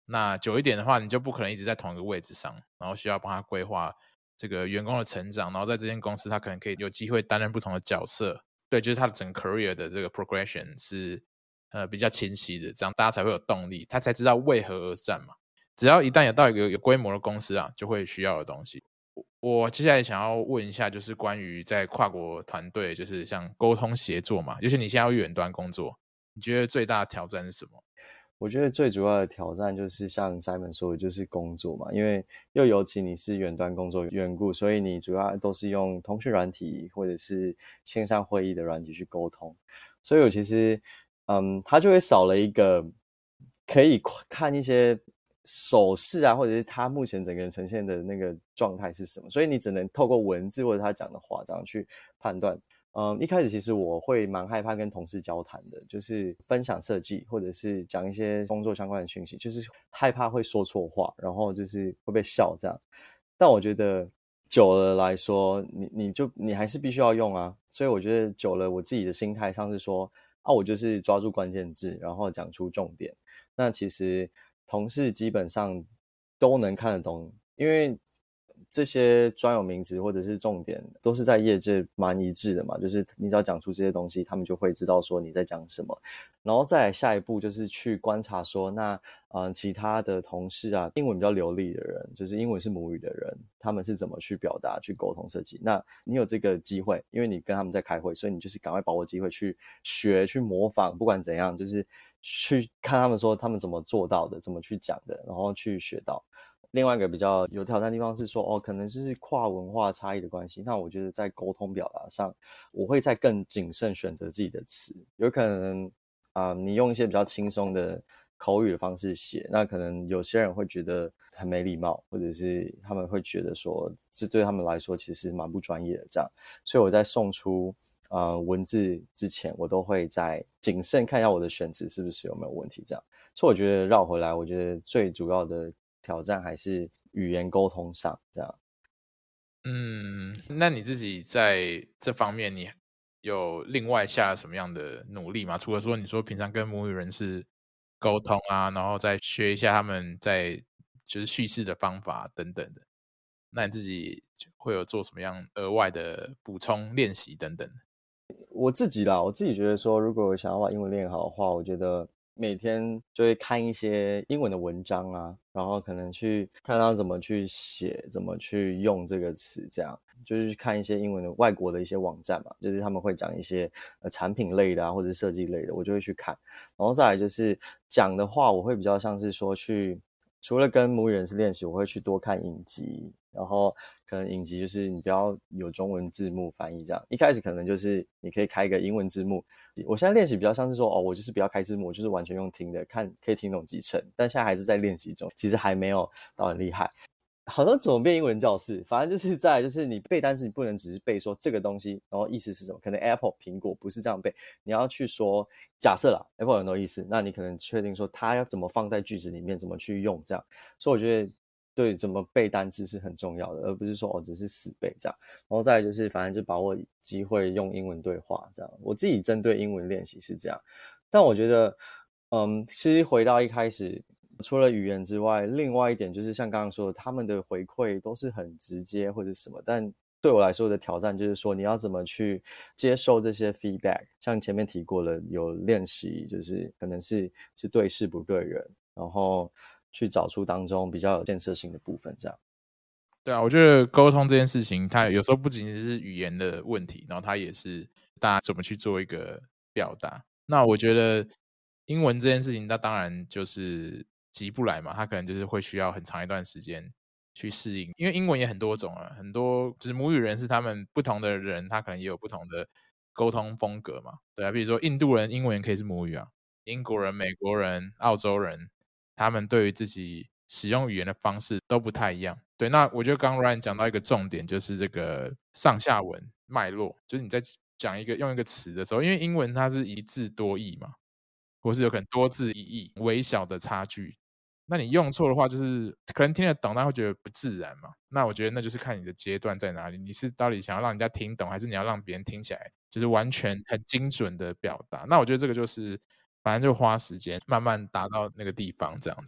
那久一点的话，你就不可能一直在同一个位置上，然后需要帮他规划这个员工的成长，然后在这间公司他可能可以有机会担任不同的角色。对，就是他的整个 career 的这个 progression 是呃比较清晰的，这样大家才会有动力，他才知道为何而战嘛。只要一旦有到一个有规模的公司啊，就会需要的东西。我接下来想要问一下，就是关于在跨国团队，就是像沟通协作嘛，尤其你现在要远端工作，你觉得最大的挑战是什么？ 我觉得最主要的挑战就是像 Simon 说的，就是工作嘛，因为又尤其你是远端工作缘故，所以你主要都是用通讯软体或者是线上会议的软体去沟通，所以我其实，嗯，它就会少了一个可以看一些手势啊，或者是他目前整个人呈现的那个状态是什么，所以你只能透过文字或者他讲的话这样去判断。嗯，一开始其实我会蛮害怕跟同事交谈的，就是分享设计或者是讲一些工作相关的讯息，就是害怕会说错话，然后就是会被笑这样。但我觉得久了来说，你你就你还是必须要用啊，所以我觉得久了，我自己的心态上是说，啊，我就是抓住关键字，然后讲出重点。那其实同事基本上都能看得懂，因为这些专有名词或者是重点都是在业界蛮一致的嘛，就是你只要讲出这些东西，他们就会知道说你在讲什么。然后再来下一步就是去观察说，那呃其他的同事啊，英文比较流利的人，就是英文是母语的人，他们是怎么去表达、去沟通设计。那你有这个机会，因为你跟他们在开会，所以你就是赶快把握机会去学、去模仿，不管怎样，就是去看他们说他们怎么做到的，怎么去讲的，然后去学到。另外一个比较有挑战的地方是说，哦，可能就是跨文化差异的关系。那我觉得在沟通表达上，我会再更谨慎选择自己的词。有可能啊、呃，你用一些比较轻松的口语的方式写，那可能有些人会觉得很没礼貌，或者是他们会觉得说，这对他们来说其实蛮不专业的这样。所以我在送出呃文字之前，我都会再谨慎看一下我的选词是不是有没有问题这样。所以我觉得绕回来，我觉得最主要的挑战还是语言沟通上这样。 嗯，那你自己在这方面你有另外下了什么样的努力吗？除了说你说平常跟母语人士沟通啊，然后再学一下他们在就是叙事的方法等等的，那你自己会有做什么样额外的补充练习等等？ 我自己啦，我自己觉得说，如果我想要把英文练好的话，我觉得每天就会看一些英文的文章啊，然后可能去看他怎么去写，怎么去用这个词，这样就是去看一些英文的外国的一些网站嘛，就是他们会讲一些呃产品类的啊，或者是设计类的，我就会去看。然后再来就是讲的话，我会比较像是说去。除了跟母语人士练习，我会去多看影集，然后可能影集就是你不要有中文字幕翻译这样。一开始可能就是你可以开一个英文字幕，我现在练习比较像是说，哦，我就是不要开字幕，我就是完全用听的，看可以听懂几成，但现在还是在练习中，其实还没有到很厉害。好像怎么变英文教室，反正就是在就是你背单词，你不能只是背说这个东西，然后意思是什么？可能 Apple 苹果不是这样背，你要去说假设啦 ，Apple 有很多意思，那你可能确定说它要怎么放在句子里面，怎么去用这样。所以我觉得对怎么背单词是很重要的，而不是说哦只是死背这样。然后再来就是反正就把握机会用英文对话这样。我自己针对英文练习是这样，但我觉得嗯，其实回到一开始。除了语言之外，另外一点就是像刚刚说的，他们的回馈都是很直接或者什么，但对我来说的挑战就是说，你要怎么去接受这些 feedback。像前面提过了，有练习，就是可能是是对事不对人，然后去找出当中比较有建设性的部分，这样。 对啊，我觉得沟通这件事情，它有时候不仅仅是语言的问题，然后它也是大家怎么去做一个表达。那我觉得英文这件事情，它当然就是急不来嘛，它可能就是会需要很长一段时间去适应，因为英文也很多种啊，很多就是母语人是他们不同的人，他可能也有不同的沟通风格嘛，对啊，比如说印度人英文可以是母语啊，英国人、美国人、澳洲人，他们对于自己使用语言的方式都不太一样。对，那我觉得刚刚 Ryan 讲到一个重点，就是这个上下文脉络，就是你在讲一个用一个词的时候，因为英文它是一字多义嘛，或是有可能多字一义，微小的差距。那你用错的话，就是可能听得懂，但会觉得不自然嘛。那我觉得那就是看你的阶段在哪里，你是到底想要让人家听懂，还是你要让别人听起来就是完全很精准的表达？那我觉得这个就是反正就花时间慢慢达到那个地方这样子。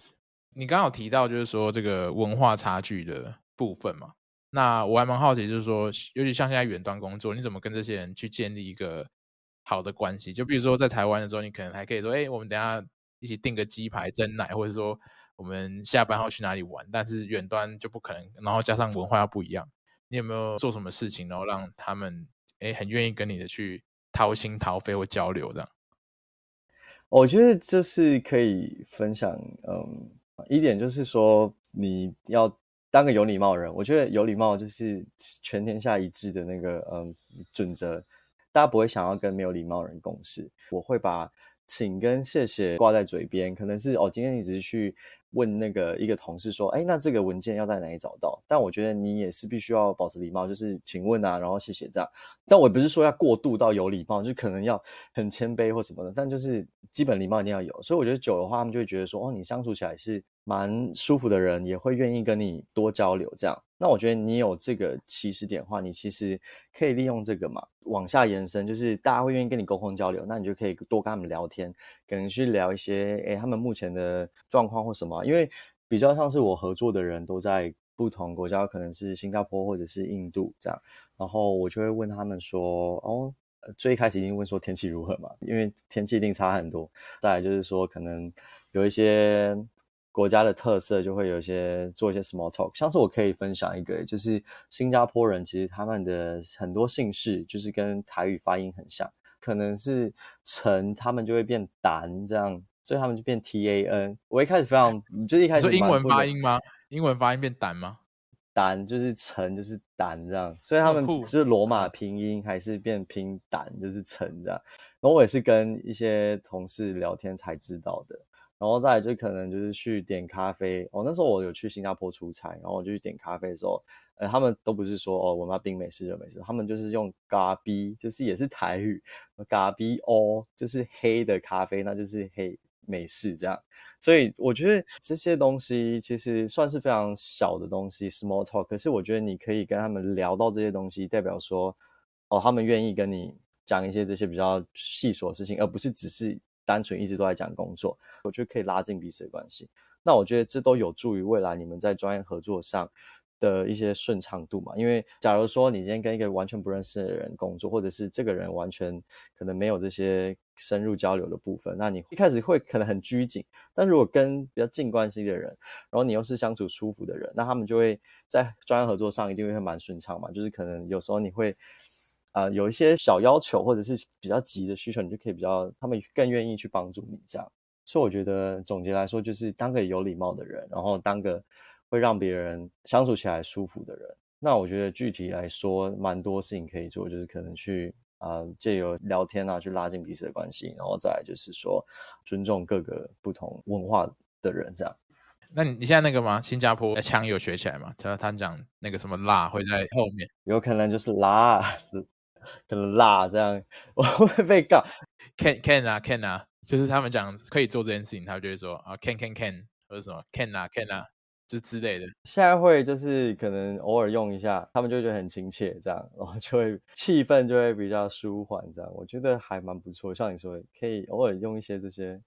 你刚刚有提到就是说这个文化差距的部分嘛，那我还蛮好奇，就是说尤其像现在远端工作，你怎么跟这些人去建立一个好的关系？就比如说在台湾的时候，你可能还可以说，哎，我们等一下一起订个鸡排蒸奶，或者说我们下班后去哪里玩，但是远端就不可能，然后加上文化要不一样，你有没有做什么事情，然后让他们哎很愿意跟你的去掏心掏肺或交流这样？ 我觉得就是可以分享，嗯，一点就是说你要当个有礼貌的人。我觉得有礼貌就是全天下一致的那个嗯准则，大家不会想要跟没有礼貌的人共事。我会把请跟谢谢挂在嘴边，可能是哦，今天你只是去问那个一个同事说，哎，那这个文件要在哪里找到？但我觉得你也是必须要保持礼貌，就是请问啊，然后谢谢这样。但我也不是说要过度到有礼貌，就可能要很谦卑或什么的，但就是基本礼貌一定要有。所以我觉得久的话，他们就会觉得说，哦，你相处起来是蛮舒服的人，也会愿意跟你多交流这样。那我觉得你有这个起始点的话，你其实可以利用这个嘛，往下延伸，就是大家会愿意跟你沟通交流，那你就可以多跟他们聊天，可能去聊一些，诶，他们目前的状况或什么。因为比较像是我合作的人都在不同国家，可能是新加坡或者是印度这样，然后我就会问他们说，哦，最一开始一定问说天气如何嘛，因为天气一定差很多。再来就是说，可能有一些国家的特色，就会有一些做一些 small talk。像是我可以分享一个，就是新加坡人其实他们的很多姓氏就是跟台语发音很像，可能是陈，他们就会变丹这样，所以他们就变 T A N。我一开始非常，就一开你说英文始蛮不能。 发音吗？英文发音变胆吗？ 丹就是陈就是胆这样，所以他们这么酷， 就是罗马嗯拼音还是变拼胆就是陈这样。然后我也是跟一些同事聊天才知道的。然后再来就可能就是去点咖啡，哦，那时候我有去新加坡出差，然后我就去点咖啡的时候，呃，他们都不是说哦我们要冰美式热美式，他们就是用咖啡，就是也是台语，咖啡哦，就是黑的咖啡，那就是黑美式这样。所以我觉得这些东西其实算是非常小的东西 small talk， 可是我觉得你可以跟他们聊到这些东西，代表说哦他们愿意跟你讲一些这些比较细琐的事情，而不是只是单纯一直都在讲工作，我觉得可以拉近彼此的关系。那我觉得这都有助于未来你们在专业合作上的一些顺畅度嘛。因为假如说你今天跟一个完全不认识的人工作，或者是这个人完全可能没有这些深入交流的部分，那你一开始会可能很拘谨。但如果跟比较近关系的人，然后你又是相处舒服的人，那他们就会在专业合作上一定会蛮顺畅嘛。就是可能有时候你会呃有一些小要求或者是比较急的需求，你就可以比较他们更愿意去帮助你这样。所以我觉得总结来说，就是当个有礼貌的人，然后当个会让别人相处起来舒服的人。那我觉得具体来说，蛮多事情可以做，就是可能去啊，借由聊天啊，去拉近彼此的关系，然后再来就是说尊重各个不同文化的人，这样。 那你你现在那个吗？新加坡腔有学起来吗？他他讲那个什么辣会在后面有可能就是辣，可能辣这样，我会被告。 ，can can 啊 can 啊，就是他们讲可以做这件事情，他就会说啊 can can can 或者什么 can 啊 can 啊，就之类的。 现在会就是可能偶尔用一下，他们就会觉得很亲切，这样，然后就会气氛就会比较舒缓，这样，我觉得还蛮不错。像你说的，可以偶尔用一些这些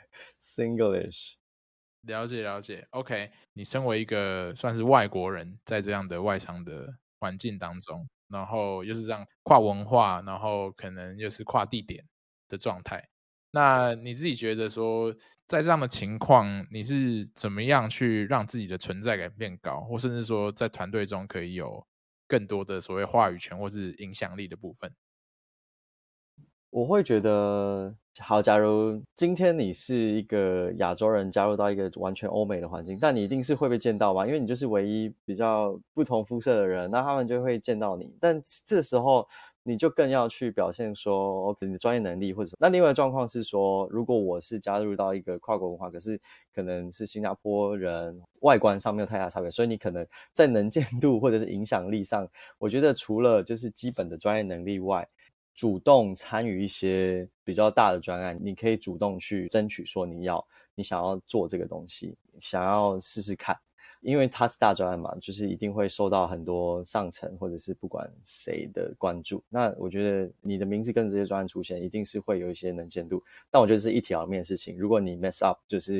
Singlish。 了解了解，OK。你身为一个算是外国人，在这样的外商的环境当中，然后又是这样跨文化，然后可能又是跨地点的状态，那你自己觉得说，在这样的情况，你是怎么样去让自己的存在感变高，或甚至说在团队中可以有更多的所谓话语权或是影响力的部分？ 我会觉得，好，假如今天你是一个亚洲人加入到一个完全欧美的环境，但你一定是会被见到嘛，因为你就是唯一比较不同肤色的人，那他们就会见到你。但这时候你就更要去表现说 OK 你的专业能力或者什么。那另外的状况是说，如果我是加入到一个跨国文化，可是可能是新加坡人，外观上没有太大差别，所以你可能在能见度或者是影响力上，我觉得除了就是基本的专业能力外，主动参与一些比较大的专案，你可以主动去争取说你要你想要做这个东西，想要试试看。因为它是大专案嘛，就是一定会受到很多上层或者是不管谁的关注。那我觉得你的名字跟这些专案出现，一定是会有一些能见度。但我觉得是一体两面的事情。如果你 mess up，就是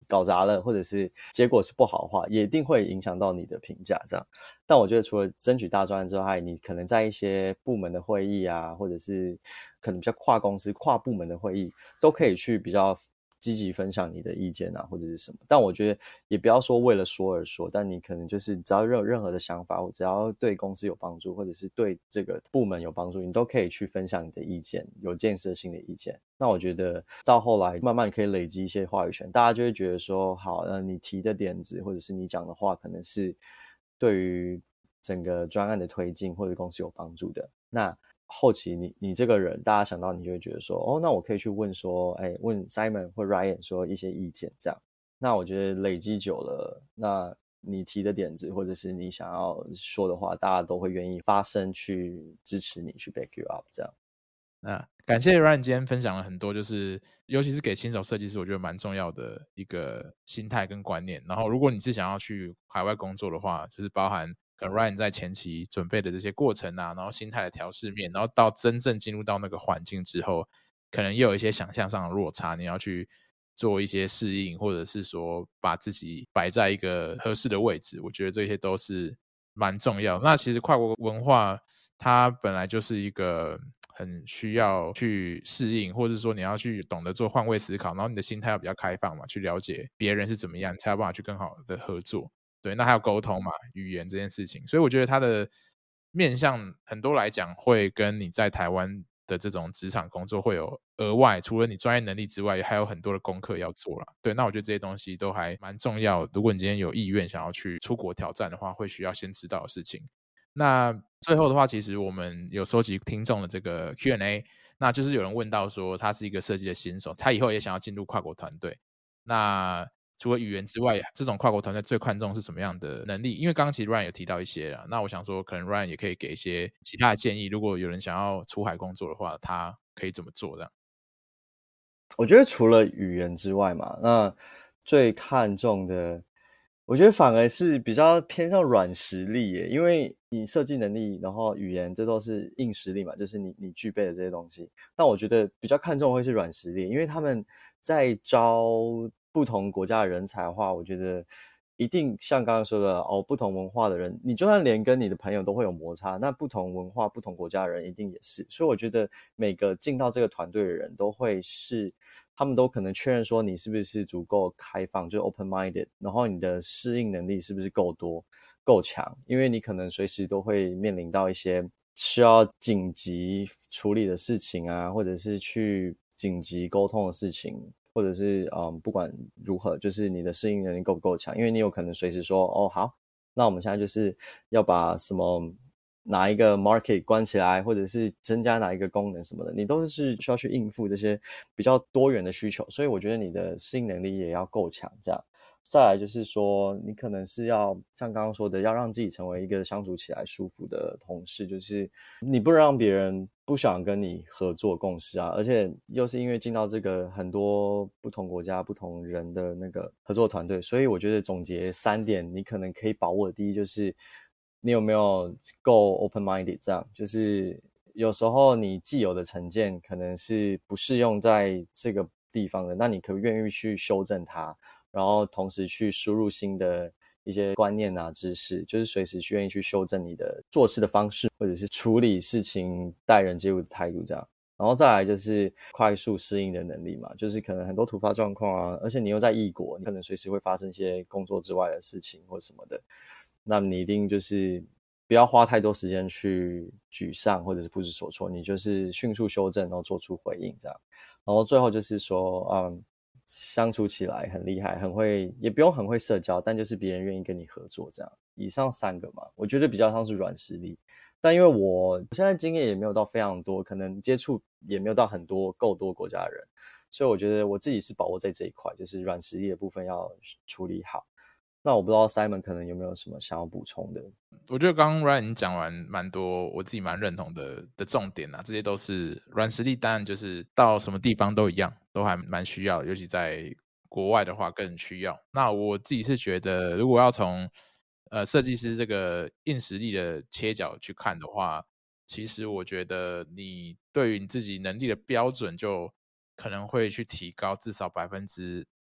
搞砸了，或者是结果是不好的话，也一定会影响到你的评价这样。但我觉得除了争取大专案之外，你可能在一些部门的会议啊，或者是可能比较跨公司跨部门的会议，都可以去比较积极分享你的意见啊，或者是什么。但我觉得也不要说为了说而说，但你可能就是只要有任何的想法，或只要对公司有帮助，或者是对这个部门有帮助，你都可以去分享你的意见，有建设性的意见。那我觉得到后来慢慢可以累积一些话语权，大家就会觉得说，好，呃，你提的点子或者是你讲的话，可能是对于整个专案的推进或者公司有帮助的。那后期你你这个人，大家想到你就会觉得说，哦，那我可以去问说，哎，问 Simon 或 Ryan 说一些意见这样。那我觉得累积久了，那你提的点子或者是你想要说的话，大家都会愿意发声去支持你，去 back you up 这样。 那感谢 Ryan 今天分享了很多，就是尤其是给新手设计师，我觉得蛮重要的一个心态跟观念。然后如果你是想要去海外工作的话，就是包含可能 Ryan 在前期准备的这些过程啊，然后心态的调试面，然后到真正进入到那个环境之后，可能也有一些想象上的落差，你要去做一些适应，或者是说把自己摆在一个合适的位置，我觉得这些都是蛮重要的。那其实跨国文化它本来就是一个很需要去适应，或者说你要去懂得做换位思考，然后你的心态要比较开放嘛，去了解别人是怎么样，你才有办法去更好的合作。对，那还有沟通嘛，语言这件事情，所以我觉得它的面向很多来讲，会跟你在台湾的这种职场工作会有额外，除了你专业能力之外，还有很多的功课要做啦。对，那我觉得这些东西都还蛮重要。如果你今天有意愿想要去出国挑战的话，会需要先知道的事情。那最后的话，其实我们有收集听众的这个 Q and A， 那就是有人问到说，他是一个设计的新手，他以后也想要进入跨国团队。那除了语言之外，这种跨国团队最看重是什么样的能力？因为刚刚其实 Ryan 有提到一些了，那我想说，可能 Ryan 也可以给一些其他的建议。如果有人想要出海工作的话，他可以怎么做？这样？ 我觉得除了语言之外嘛，那最看重的，我觉得反而是比较偏向软实力耶，因为你设计能力，然后语言，这都是硬实力嘛，就是你你具备的这些东西。那我觉得比较看重会是软实力，因为他们在招不同国家的人才的话，我觉得一定像刚刚说的哦，不同文化的人，你就算连跟你的朋友都会有摩擦，那不同文化、不同国家的人一定也是。所以我觉得每个进到这个团队的人都会是，他们都可能确认说你是不是足够开放，就 open minded，然后你的适应能力是不是够多、够强，因为你可能随时都会面临到一些需要紧急处理的事情啊，或者是去紧急沟通的事情。或者是嗯，不管如何，就是你的适应能力够不够强，因为你有可能随时说，哦，好，那我们现在就是要把什么哪一个 market 关起来，或者是增加哪一个功能什么的，你都是需要去应付这些比较多元的需求，所以我觉得你的适应能力也要够强，这样。再来就是说，你可能是要像刚刚说的，要让自己成为一个相处起来舒服的同事，就是你不让别人不想跟你合作共事啊，而且又是因为进到这个很多不同国家、不同人的那个合作团队，所以我觉得总结三点，你可能可以把握的，第一就是你有没有够 open minded， 这样就是有时候你既有的成见可能是不适用在这个地方的，那你可不愿意去修正它？然后同时去输入新的一些观念啊、知识，就是随时去愿意去修正你的做事的方式，或者是处理事情、待人接物的态度这样。然后再来就是快速适应的能力嘛，就是可能很多突发状况啊，而且你又在异国，你可能随时会发生一些工作之外的事情或什么的，那你一定就是不要花太多时间去沮丧或者是不知所措，你就是迅速修正，然后做出回应这样。然后最后就是说，嗯。相处起来很厉害，很会，也不用很会社交，但就是别人愿意跟你合作这样。以上三个嘛，我觉得比较像是软实力。但因为我现在经验也没有到非常多，可能接触也没有到很多够多国家的人，所以我觉得我自己是把握在这一块，就是软实力的部分要处理好。那我不知道 Simon 可能有没有什么想要补充的？ 我觉得刚刚 Ryan 已经讲完蛮多我自己蛮认同的的重点啊，这些都是软实力，当然就是到什么地方都一样，都还蛮需要，尤其在国外的话更需要。那我自己是觉得，如果要从呃设计师这个硬实力的切角去看的话，其实我觉得你对于你自己能力的标准就可能会去提高至少百分之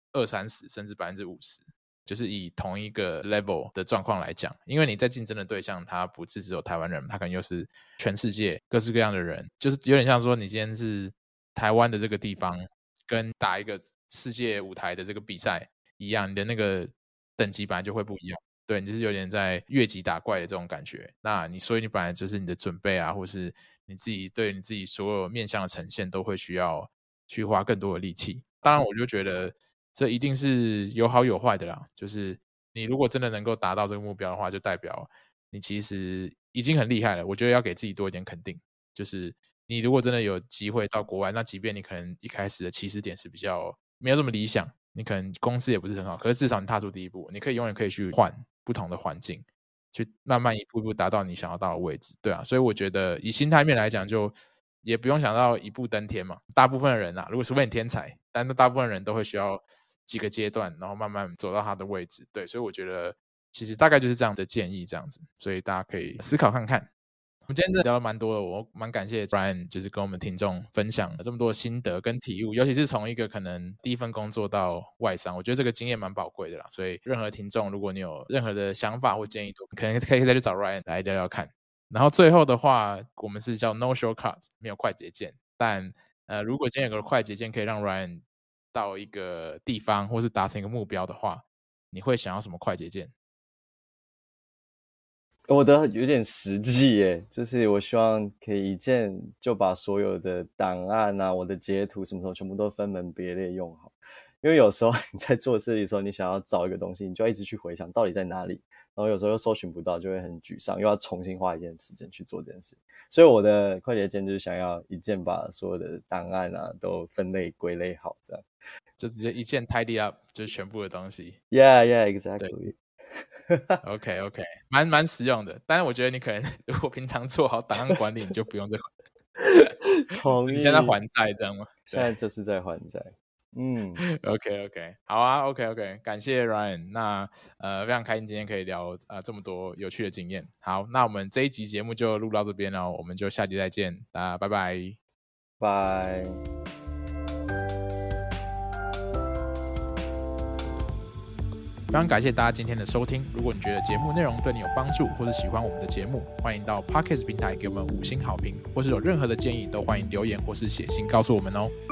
二三十甚至百分之五十，就是以同一个 level 的状况来讲，因为你在竞争的对象他不是只有台湾人，他可能又是全世界各式各样的人，就是有点像说你今天是台湾的这个地方跟打一个世界舞台的这个比赛一样，你的那个等级本来就会不一样。对，你就是有点在越级打怪的这种感觉。那你所以你本来就是你的准备啊，或是你自己对你自己所有面向的呈现都会需要去花更多的力气。当然我就觉得这一定是有好有坏的啦，就是你如果真的能够达到这个目标的话，就代表你其实已经很厉害了。我觉得要给自己多一点肯定，就是你如果真的有机会到国外，那即便你可能一开始的起始点是比较没有这么理想，你可能公司也不是很好，可是至少你踏出第一步，你可以永远可以去换不同的环境，去慢慢一步一步达到你想要到的位置。对啊，所以我觉得以心态面来讲，就也不用想到一步登天嘛。大部分的人啊，如果除非你天才，但大部分人都会需要几个阶段，然后慢慢走到他的位置。对，所以我觉得其实大概就是这样的建议，这样子，所以大家可以思考看看。我们今天真的聊了蛮多的，我蛮感谢 Brian 就是跟我们听众分享了这么多的心得跟体悟，尤其是从一个可能第一份工作到外商，我觉得这个经验蛮宝贵的啦。所以任何听众如果你有任何的想法或建议，都可能可以再去找 Ryan 来聊聊看。然后最后的话，我们是叫 No Shortcut， 没有快捷键，但呃，如果今天有个快捷键可以让 Ryan 到一个地方或是达成一个目标的话，你会想要什么快捷键？ 我的有点实际耶，就是我希望可以一键就把所有的档案啊、我的截图什么什么全部都分门别类用好。因为有时候你在做事的时候，你想要找一个东西，你就要一直去回想到底在哪里，然后有时候又搜寻不到，就会很沮丧，又要重新花一点时间去做这件事。所以我的快捷键就是想要一键把所有的档案啊都分类归类好，这样就直接一键 tidy up， 就是全部的东西。 Yeah, yeah, exactly.OK OK 蛮蛮实用的，但是我觉得你可能如果平常做好档案管理，你就不用再同意。 你现在还债这样吗？ 现在就是在还债。嗯 ，OK OK， 好啊 ，OK OK， 感谢 Ryan， 那呃非常开心今天可以聊呃这么多有趣的经验。好，那我们这一集节目就录到这边了，我们就下集再见，大家拜拜， 拜。 非常感谢大家今天的收听。如果你觉得节目内容对你有帮助，或是喜欢我们的节目，欢迎到 Podcast 平台给我们五星好评，或是有任何的建议，都欢迎留言或是写信告诉我们哦。